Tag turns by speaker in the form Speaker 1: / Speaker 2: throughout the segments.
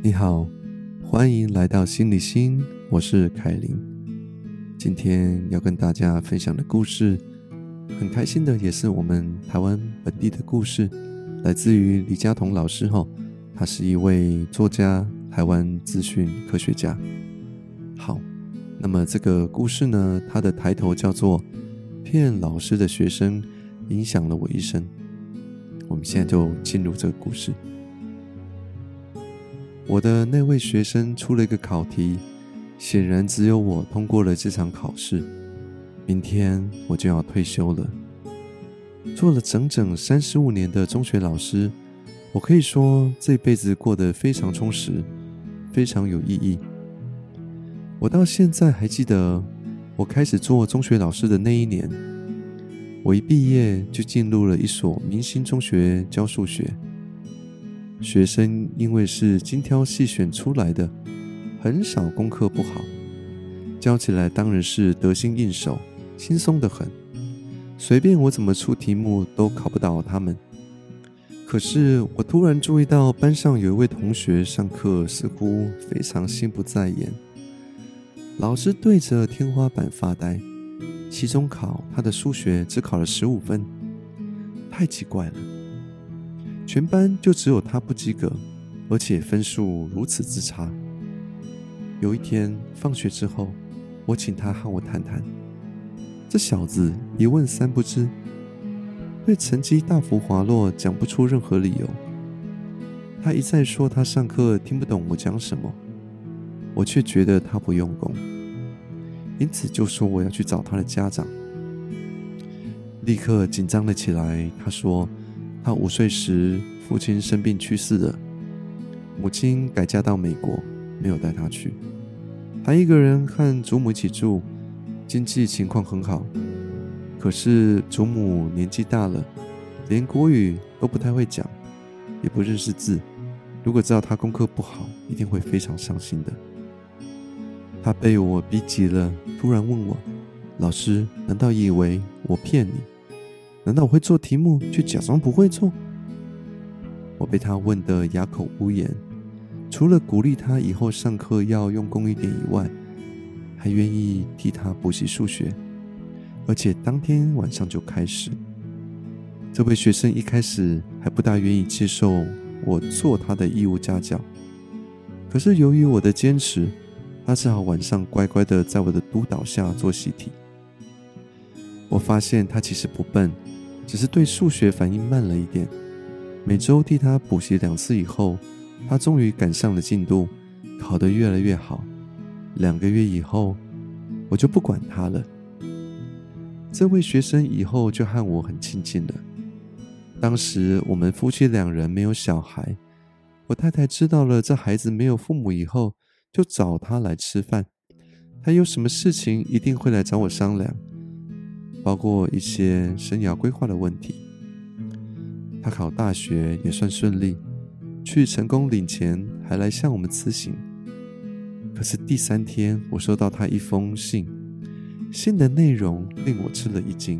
Speaker 1: 你好，欢迎来到心理心，我是凯琳。今天要跟大家分享的故事，很开心的也是我们台湾本地的故事，来自于李家同老师他是一位作家，台湾资讯科学家。好，那么这个故事呢，它的抬头叫做骗老师的学生影响了我一生。我们现在就进入这个故事。我的那位学生出了一个考题，显然只有我通过了这场考试。明天我就要退休了。做了整整35年的中学老师，我可以说这辈子过得非常充实，非常有意义。我到现在还记得，我开始做中学老师的那一年，我一毕业就进入了一所明星中学教数学。学生因为是精挑细选出来的，很少功课不好，教起来当然是得心应手，轻松得很，随便我怎么出题目都考不倒他们。可是我突然注意到班上有一位同学上课似乎非常心不在焉，老师对着天花板发呆，期中考他的数学只考了15分，太奇怪了。全班就只有他不及格，而且分数如此之差。有一天放学之后，我请他和我谈谈。这小子一问三不知，对成绩大幅滑落讲不出任何理由。他一再说他上课听不懂我讲什么，我却觉得他不用功，因此就说我要去找他的家长。立刻紧张了起来，他说他5岁时父亲生病去世了，母亲改嫁到美国，没有带他去。他一个人和祖母一起住，经济情况很好。可是祖母年纪大了，连国语都不太会讲，也不认识字。如果知道他功课不好，一定会非常伤心的。他被我逼急了，突然问我：老师，难道以为我骗你？难道我会做题目却假装不会做？我被他问得哑口无言，除了鼓励他以后上课要用功一点以外，还愿意替他补习数学，而且当天晚上就开始。这位学生一开始还不大愿意接受我做他的义务家教，可是由于我的坚持，他只好晚上乖乖的在我的督导下做习题。我发现他其实不笨，只是对数学反应慢了一点。每周替他补习2次以后，他终于赶上了进度，考得越来越好。2个月以后，我就不管他了。这位学生以后就和我很亲近了。当时我们夫妻2人没有小孩，我太太知道了这孩子没有父母以后，就找他来吃饭。他有什么事情一定会来找我商量，包括一些生涯规划的问题。他考大学也算顺利，去成功领钱还来向我们辞行。可是第3天，我收到他一封信，信的内容令我吃了一惊。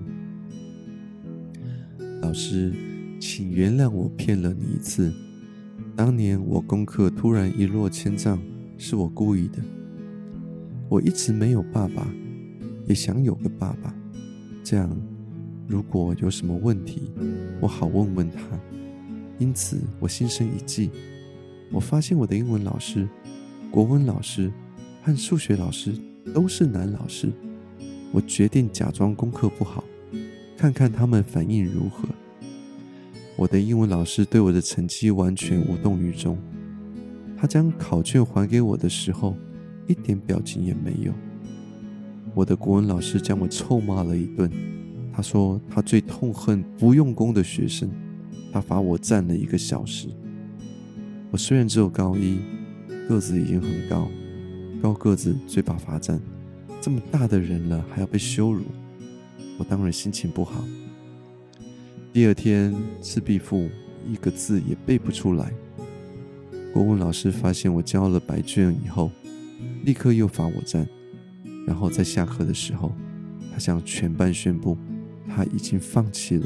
Speaker 1: 老师，请原谅我骗了你一次。当年我功课突然一落千丈，是我故意的。我一直没有爸爸，也想有个爸爸，这样如果有什么问题，我好问问他。因此我心生一计，我发现我的英文老师、国文老师和数学老师都是男老师。我决定假装功课不好，看看他们反应如何。我的英文老师对我的成绩完全无动于衷，他将考卷还给我的时候，一点表情也没有。我的国文老师将我臭骂了一顿，他说他最痛恨不用功的学生，他罚我站了1个小时。我虽然只有高1，个子已经很高，高个子最怕罚站，这么大的人了还要被羞辱，我当然心情不好。第2天赤壁赋1个字也背不出来。国文老师发现我交了白卷以后，立刻又罚我站，然后在下课的时候，他向全班宣布他已经放弃了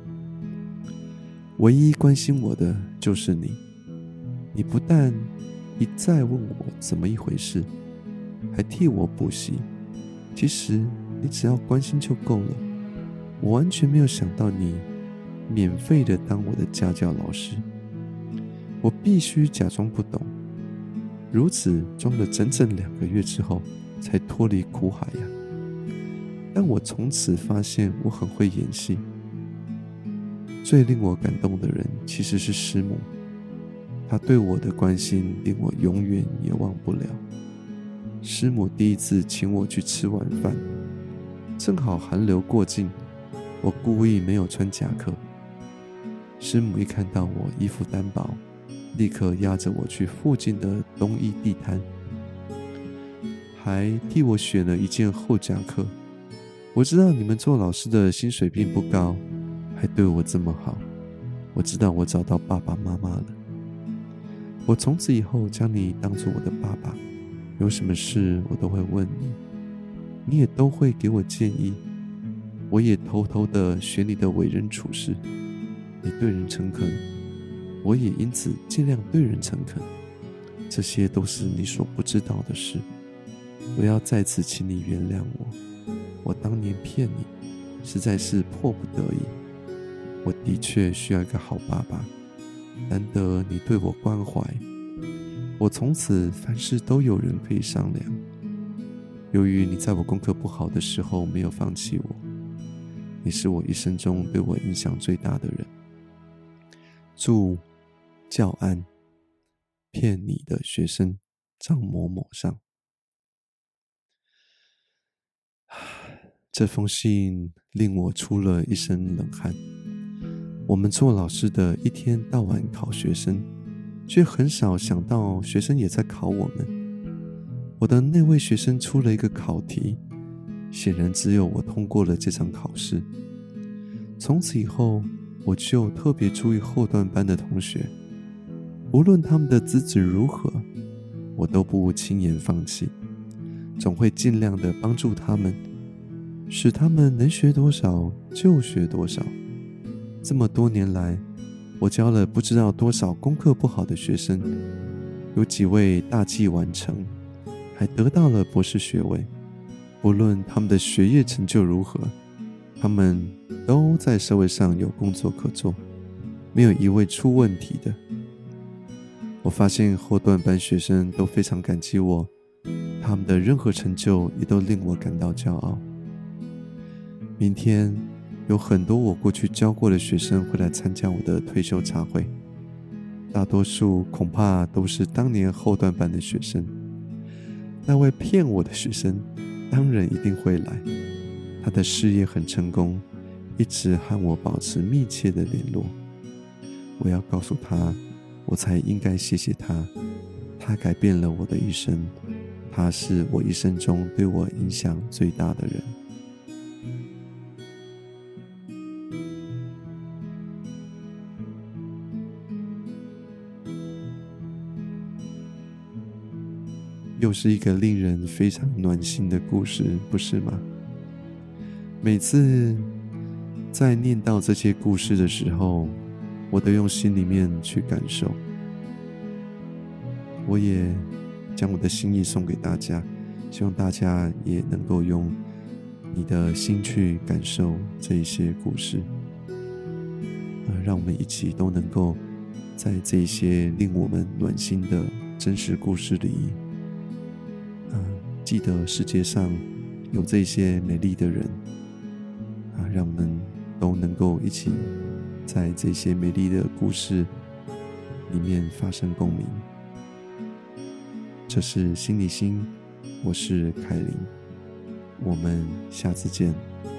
Speaker 1: 我。唯一关心我的就是你，你不但一再问我怎么一回事，还替我补习。其实你只要关心就够了，我完全没有想到你免费的当我的家教老师。我必须假装不懂，如此装了整整2个月之后，才脱离苦海呀。但我从此发现我很会演戏。最令我感动的人其实是师母，她对我的关心令我永远也忘不了。师母第一次请我去吃晚饭，正好寒流过境，我故意没有穿夹克。师母一看到我衣服单薄，立刻押着我去附近的冬衣地摊，还替我选了一件厚夹克。我知道你们做老师的薪水并不高，还对我这么好，我知道我找到爸爸妈妈了。我从此以后将你当作我的爸爸，有什么事我都会问你，你也都会给我建议。我也偷偷的学你的为人处事，你对人诚恳，我也因此尽量对人诚恳。这些都是你所不知道的事，我要在此请你原谅我。我当年骗你，实在是迫不得已。我的确需要一个好爸爸，难得你对我关怀，我从此凡事都有人可以商量。由于你在我功课不好的时候没有放弃我，你是我一生中对我影响最大的人。祝教案骗你的学生张某某上。这封信令我出了一身冷汗。我们做老师的一天到晚考学生，却很少想到学生也在考我们。我的那位学生出了一个考题，显然只有我通过了这场考试。从此以后，我就特别注意后段班的同学，无论他们的资质如何，我都不轻言放弃，总会尽量的帮助他们，使他们能学多少就学多少。这么多年来，我教了不知道多少功课不好的学生，有几位大器晚成，还得到了博士学位。不论他们的学业成就如何，他们都在社会上有工作可做，没有一位出问题的。我发现后段班学生都非常感激我，他们的任何成就也都令我感到骄傲。明天有很多我过去教过的学生会来参加我的退休茶会，大多数恐怕都是当年后段班的学生。那位骗我的学生当然一定会来，他的事业很成功，一直和我保持密切的联络。我要告诉他，我才应该谢谢他，他改变了我的一生，他是我一生中对我影响最大的人。又是一个令人非常暖心的故事，不是吗？每次在念到这些故事的时候，我都用心里面去感受。我也将我的心意送给大家，希望大家也能够用你的心去感受这一些故事，让我们一起都能够在这一些令我们暖心的真实故事里，记得世界上有这些美丽的人，让我们都能够一起在这些美丽的故事里面发生共鸣。这是心理心，我是凯琳，我们下次见。